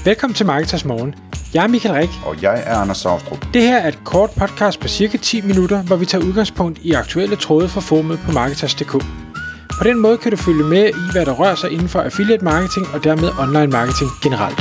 Velkommen til Marketers Morgen. Jeg er Michael Rik. Og jeg er Anders Saustrup. Det her er et kort podcast på cirka 10 minutter, hvor vi tager udgangspunkt i aktuelle tråde fra forumet på Marketers.dk. På den måde kan du følge med i, hvad der rører sig inden for affiliate marketing og dermed online marketing generelt.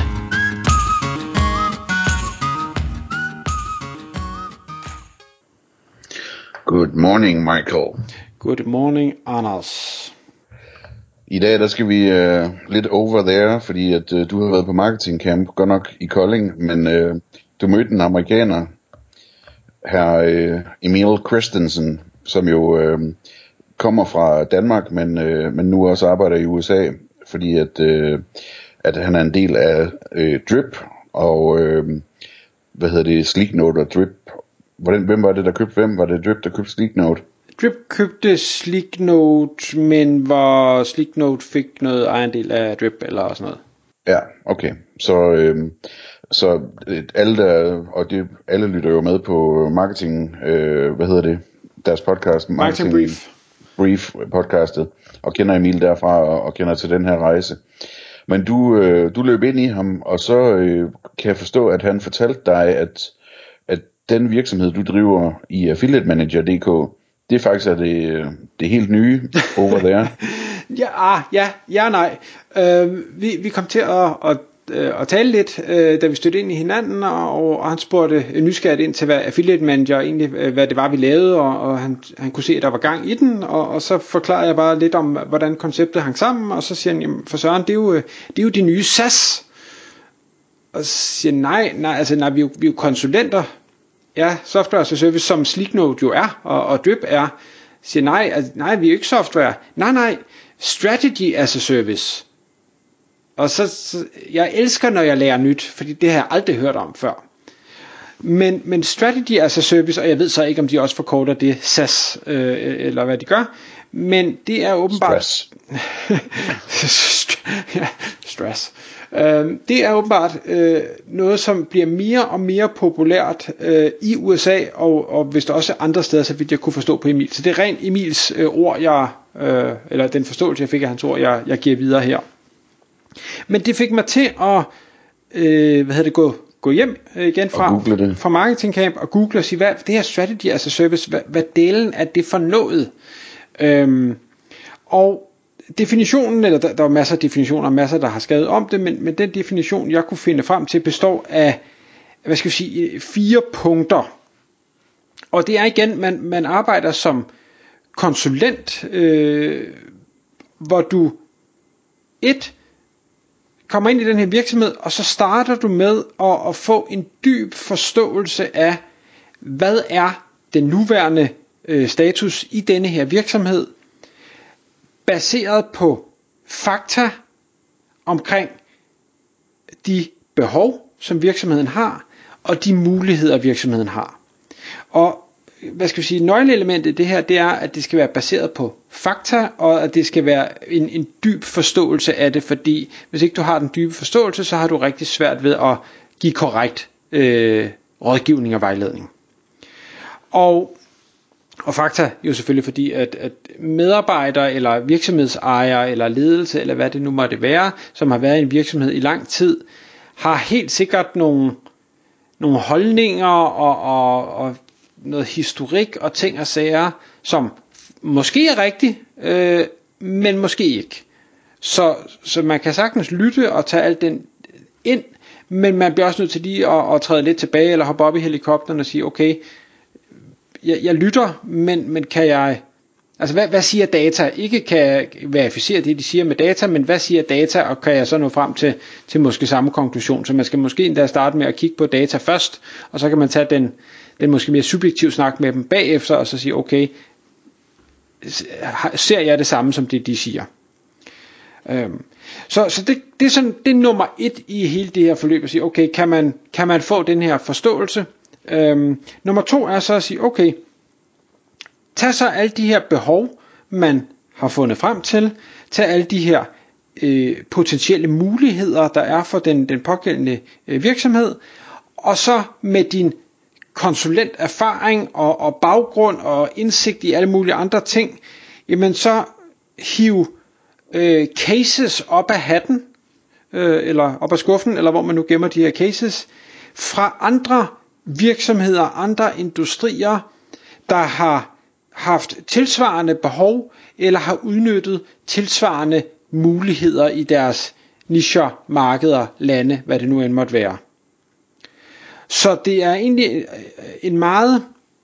Good morning, Michael. Good morning, Anders. I dag der skal vi lidt over there, fordi at du har været på marketing camp, godt nok i Kolding, men du mødte en amerikaner, her Emil Christensen, som jo kommer fra Danmark, men nu også arbejder i USA, fordi at han er en del af Drip og Sleeknote og Drip. Hvem var det, der købte hvem? Var det Drip, der købte Sleeknote? Drip købte Sleeknote, men hvor Sleeknote fik noget ejendel af Drip eller sådan noget. Ja, okay. Så alle der, og alle lytter jo med på marketing, deres podcast, Marketing Brief podcastet, og kender Emil derfra og kender til den her rejse. Men du løb ind i ham, og så kan jeg forstå, at han fortalte dig, at den virksomhed, du driver i affiliatemanager.dk, det faktisk er det helt nye over there. Nej. Vi kom til at tale lidt, da vi stødte ind i hinanden, og han spurgte nysgerrigt ind til, hvad affiliate manager egentlig, hvad det var, vi lavede, og han kunne se, at der var gang i den, og så forklarede jeg bare lidt om, hvordan konceptet hang sammen, og så siger han, jamen, for Søren, det er jo de nye SaaS. Og så siger nej, vi er jo konsulenter. Ja, software as a service, som Sleeknote jo er, og Drip er, siger nej, vi er jo ikke software. Nej, strategy as a service. Og så jeg elsker, når jeg lærer nyt, fordi det har jeg aldrig hørt om før. Men strategy as a service, og jeg ved så ikke, om de også forkorter det SaaS, eller hvad de gør, men det er åbenbart... Stress. Det er åbenbart noget, som bliver mere og mere populært i USA, og hvis der også er andre steder, så vidt jeg kunne forstå på Emil. Så det er rent Emils ord, eller den forståelse, jeg fik af hans ord, jeg giver videre her. Men det fik mig til at gå hjem igen fra Marketing Camp og google og sige, hvad det her strategy as a service, hvad delen er det for noget? Og definitionen, eller der var masser af definitioner, masser der har skrevet om det, men den definition, jeg kunne finde frem til, består af, 4 punkter. Og det er igen, man arbejder som konsulent, hvor du kommer ind i den her virksomhed, og så starter du med at få en dyb forståelse af, hvad er den nuværende status i denne her virksomhed, baseret på fakta omkring de behov, som virksomheden har, og de muligheder, virksomheden har. Og nøgleelementet i det her, det er, at det skal være baseret på fakta, og at det skal være en dyb forståelse af det, fordi hvis ikke du har den dybe forståelse, så har du rigtig svært ved at give korrekt rådgivning og vejledning. Og fakta jo selvfølgelig fordi, at medarbejdere eller virksomhedsejere eller ledelse, eller hvad det nu måtte være, som har været i en virksomhed i lang tid, har helt sikkert nogle holdninger og noget historik og ting og sager, som måske er rigtigt, men måske ikke. Så man kan sagtens lytte og tage alt den ind, men man bliver også nødt til lige at træde lidt tilbage, eller hoppe op i helikopteren og sige, okay, jeg lytter, men kan jeg... Altså hvad siger data? Ikke kan jeg verificere det, de siger med data, men hvad siger data, og kan jeg så nå frem til måske samme konklusion? Så man skal måske endda starte med at kigge på data først, og så kan man tage den måske mere subjektiv snak med dem bagefter, og så sige, okay, ser jeg det samme som det, de siger? Så det er sådan, det er nummer 1 i hele det her forløb, at sige, okay, kan man få den her forståelse? Nummer 2 er så at sige, okay, tag så alle de her behov, man har fundet frem til, tag alle de her potentielle muligheder, der er for den pågældende virksomhed, og så med din konsulenterfaring og baggrund og indsigt i alle mulige andre ting, jamen så hiv cases op af hatten, eller op ad skuffen, eller hvor man nu gemmer de her cases, fra andre virksomheder, andre industrier, der har haft tilsvarende behov, eller har udnyttet tilsvarende muligheder i deres nicher, markeder, lande, hvad det nu end måtte være. Så det er egentlig en meget,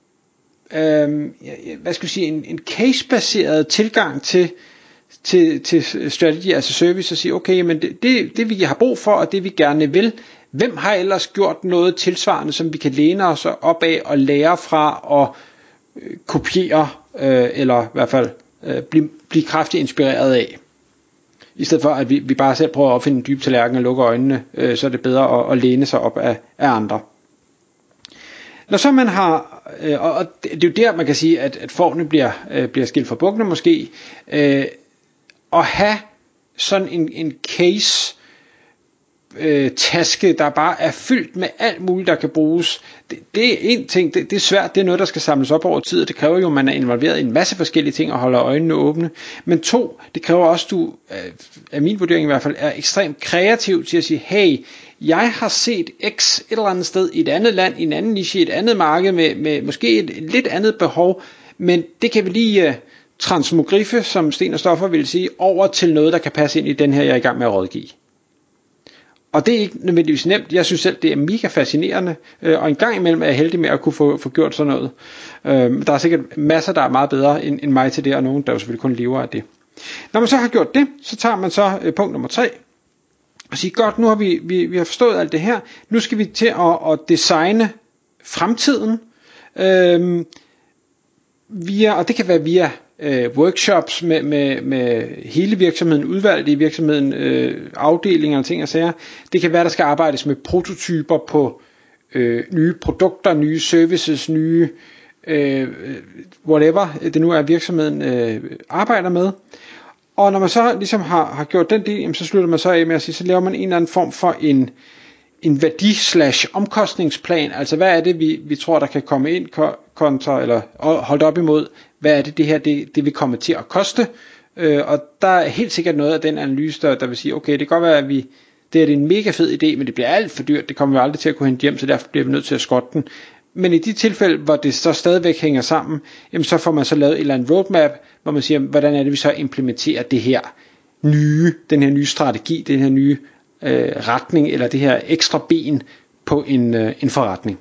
en case-baseret tilgang til strategy as a service, og sige, okay, men det vi har brug for, og det vi gerne vil, hvem har ellers gjort noget tilsvarende, som vi kan læne os op af og lære fra og kopiere, eller i hvert fald blive kraftigt inspireret af. I stedet for at vi bare selv prøver at opfinde en dyb tallerken og lukke øjnene, så er det bedre at læne sig op af andre. Når så man har, og det er jo der man kan sige, at fårene bliver skilt fra bukkene måske, at have sådan en case taske, der bare er fyldt med alt muligt, der kan bruges. Det er en ting, det er svært, det er noget, der skal samles op over tid, og det kræver jo, at man er involveret i en masse forskellige ting og holder øjnene åbne. Men 2, det kræver også, du, af min vurdering i hvert fald, er ekstremt kreativ til at sige, hey, jeg har set X et eller andet sted i et andet land, i en anden niche, i et andet marked, med måske et lidt andet behov, men det kan vi lige transmogriffe, som Sten og Stoffer vil sige, over til noget, der kan passe ind i den her, jeg er i gang med at rådgive. Og det er ikke nødvendigvis nemt. Jeg synes selv, det er mega fascinerende, og en gang imellem er jeg heldig med at kunne få gjort sådan noget. Der er sikkert masser, der er meget bedre end mig til det, og nogen, der jo selvfølgelig kun lever af det. Når man så har gjort det, så tager man så punkt nummer 3, og siger, godt, nu har vi har forstået alt det her, nu skal vi til at designe fremtiden, og det kan være via workshops med hele virksomheden, udvalgte i virksomheden, afdelinger og ting og sager. Det kan være, der skal arbejdes med prototyper på nye produkter, nye services, nye whatever det nu er virksomheden arbejder med. Og når man så ligesom har gjort den del, så slutter man så af med at sige, så laver man en eller anden form for en værdi/omkostningsplan, altså hvad er det vi tror der kan komme ind kontra, eller holdt op imod, hvad er det her det vil komme til at koste, og der er helt sikkert noget af den analyse der vil sige, okay, det kan godt være at det er en mega fed idé, men det bliver alt for dyrt, det kommer vi aldrig til at kunne hente hjem, så derfor bliver vi nødt til at skrotte den. Men i de tilfælde, hvor det så stadigvæk hænger sammen, jamen så får man så lavet et eller andet roadmap, hvor man siger, hvordan er det vi så implementerer det her den her nye strategi, den her nye retning, eller det her ekstra ben på en forretning.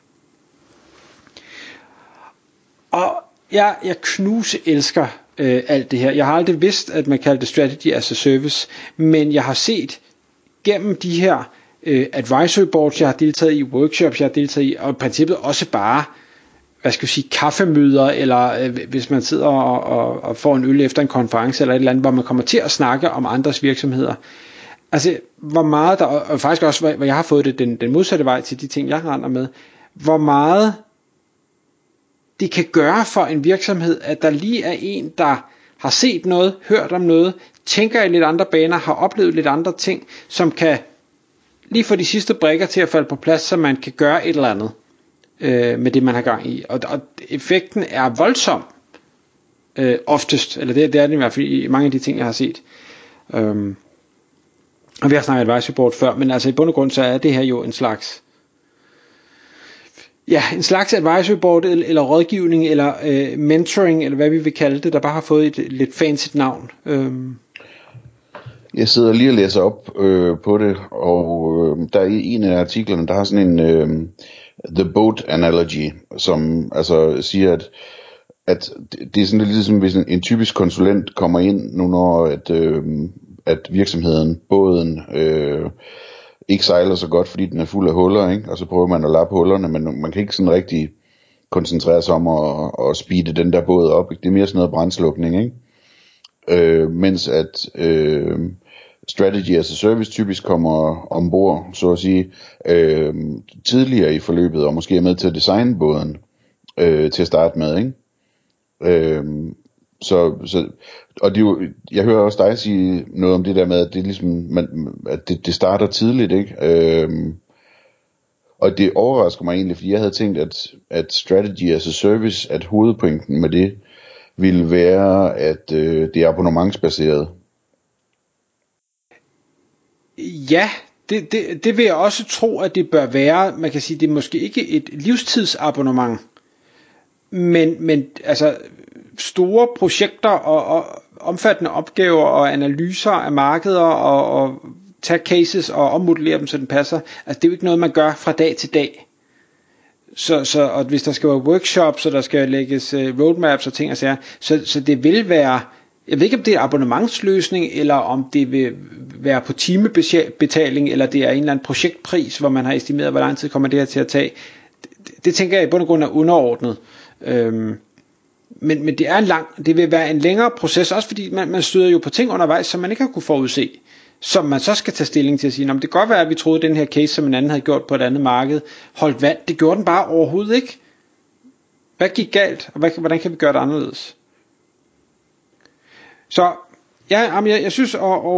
Og jeg elsker alt det her. Jeg har aldrig vidst, at man kalder det strategy as a service, men jeg har set gennem de her advisory boards, jeg har deltaget i, workshops, jeg har deltaget i, og i princippet også bare, kaffemøder, eller hvis man sidder og får en øl efter en konference, eller et eller andet, hvor man kommer til at snakke om andres virksomheder. Altså, hvor meget der, og faktisk også, hvor jeg har fået det den modsatte vej til de ting, jeg render med, hvor meget det kan gøre for en virksomhed, at der lige er en, der har set noget, hørt om noget, tænker i lidt andre baner, har oplevet lidt andre ting, som kan lige få de sidste brikker til at falde på plads, så man kan gøre et eller andet med det, man har gang i. Og effekten er voldsom, oftest, eller det er det i hvert fald i mange af de ting, jeg har set. Og vi har snakket advisory board før, men altså i bund og grund, så er det her jo en slags advisory board, eller rådgivning, eller mentoring, eller hvad vi vil kalde det, der bare har fået et lidt fancy navn. Jeg sidder lige og læser op på det, og der er en af artiklerne, der har sådan en the boat analogy, som altså siger, at det er sådan lidt ligesom, hvis en typisk konsulent kommer ind nu, når at virksomheden, båden, ikke sejler så godt, fordi den er fuld af huller, ikke? Og så prøver man at lappe hullerne, men man kan ikke sådan rigtig koncentrere sig om at speede den der båd op, ikke? Det er mere sådan noget brandslukning, ikke? Mens at strategy as a service typisk kommer ombord, så at sige, tidligere i forløbet, og måske er med til at designe båden til at starte med, ikke? Og det jo, jeg hører også dig sige noget om det der med, at det er ligesom, at det starter tidligt, ikke? Og det overrasker mig egentlig, fordi jeg havde tænkt, at strategy as a service, at hovedpointen med det ville være, at det er abonnementsbaseret. Ja, det vil jeg også tro, at det bør være. Man kan sige, det er måske ikke et livstidsabonnement, men altså store projekter og omfattende opgaver og analyser af markeder og tage cases og ommodellere dem, så den passer. Altså det er jo ikke noget, man gør fra dag til dag. Så og hvis der skal være workshops, og der skal lægges roadmaps og ting og sager, så det vil være, jeg ved ikke om det er abonnementsløsning, eller om det vil være på timebetaling, eller det er en eller anden projektpris, hvor man har estimeret, hvor lang tid kommer det her til at tage. Det tænker jeg i bund og grund er underordnet. Men det er det vil være en længere proces, også fordi man støder jo på ting undervejs, som man ikke har kunne forudse, som man så skal tage stilling til at sige, det kan godt være, at vi troede, at den her case, som en anden havde gjort på et andet marked, holdt vand. Det gjorde den bare overhovedet ikke. Hvad gik galt, og hvordan kan vi gøre det anderledes? Så ja, jeg synes,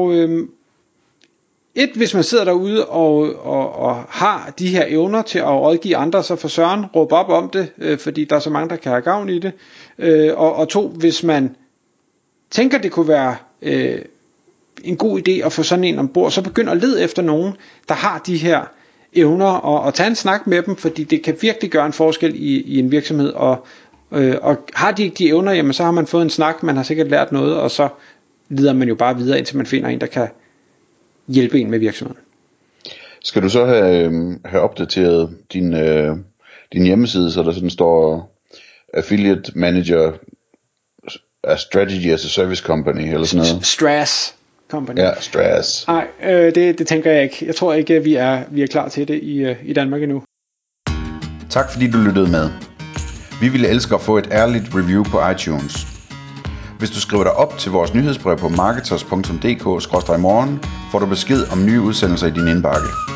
hvis man sidder derude og har de her evner til at rådgive andre, så for søren, råb op om det, fordi der er så mange, der kan have gavn i det. Og 2, hvis man tænker, det kunne være en god idé at få sådan en ombord, så begynd at lede efter nogen, der har de her evner, og tage en snak med dem, fordi det kan virkelig gøre en forskel i en virksomhed, og har de ikke de evner, jamen så har man fået en snak, man har sikkert lært noget, og så leder man jo bare videre, indtil man finder en, der kan hjælpe en med virksomheden. Skal du så have opdateret din hjemmeside, så der sådan står Affiliate Manager a Strategy as a Service Company, eller sådan noget? STRAS Company. Ja, STRAS. Nej, det tænker jeg ikke. Jeg tror ikke, at vi er klar til det i Danmark endnu. Tak fordi du lyttede med. Vi ville elske at få et ærligt review på iTunes. Hvis du skriver dig op til vores nyhedsbrev på marketers.dk/morgen, får du besked om nye udsendelser i din indbakke.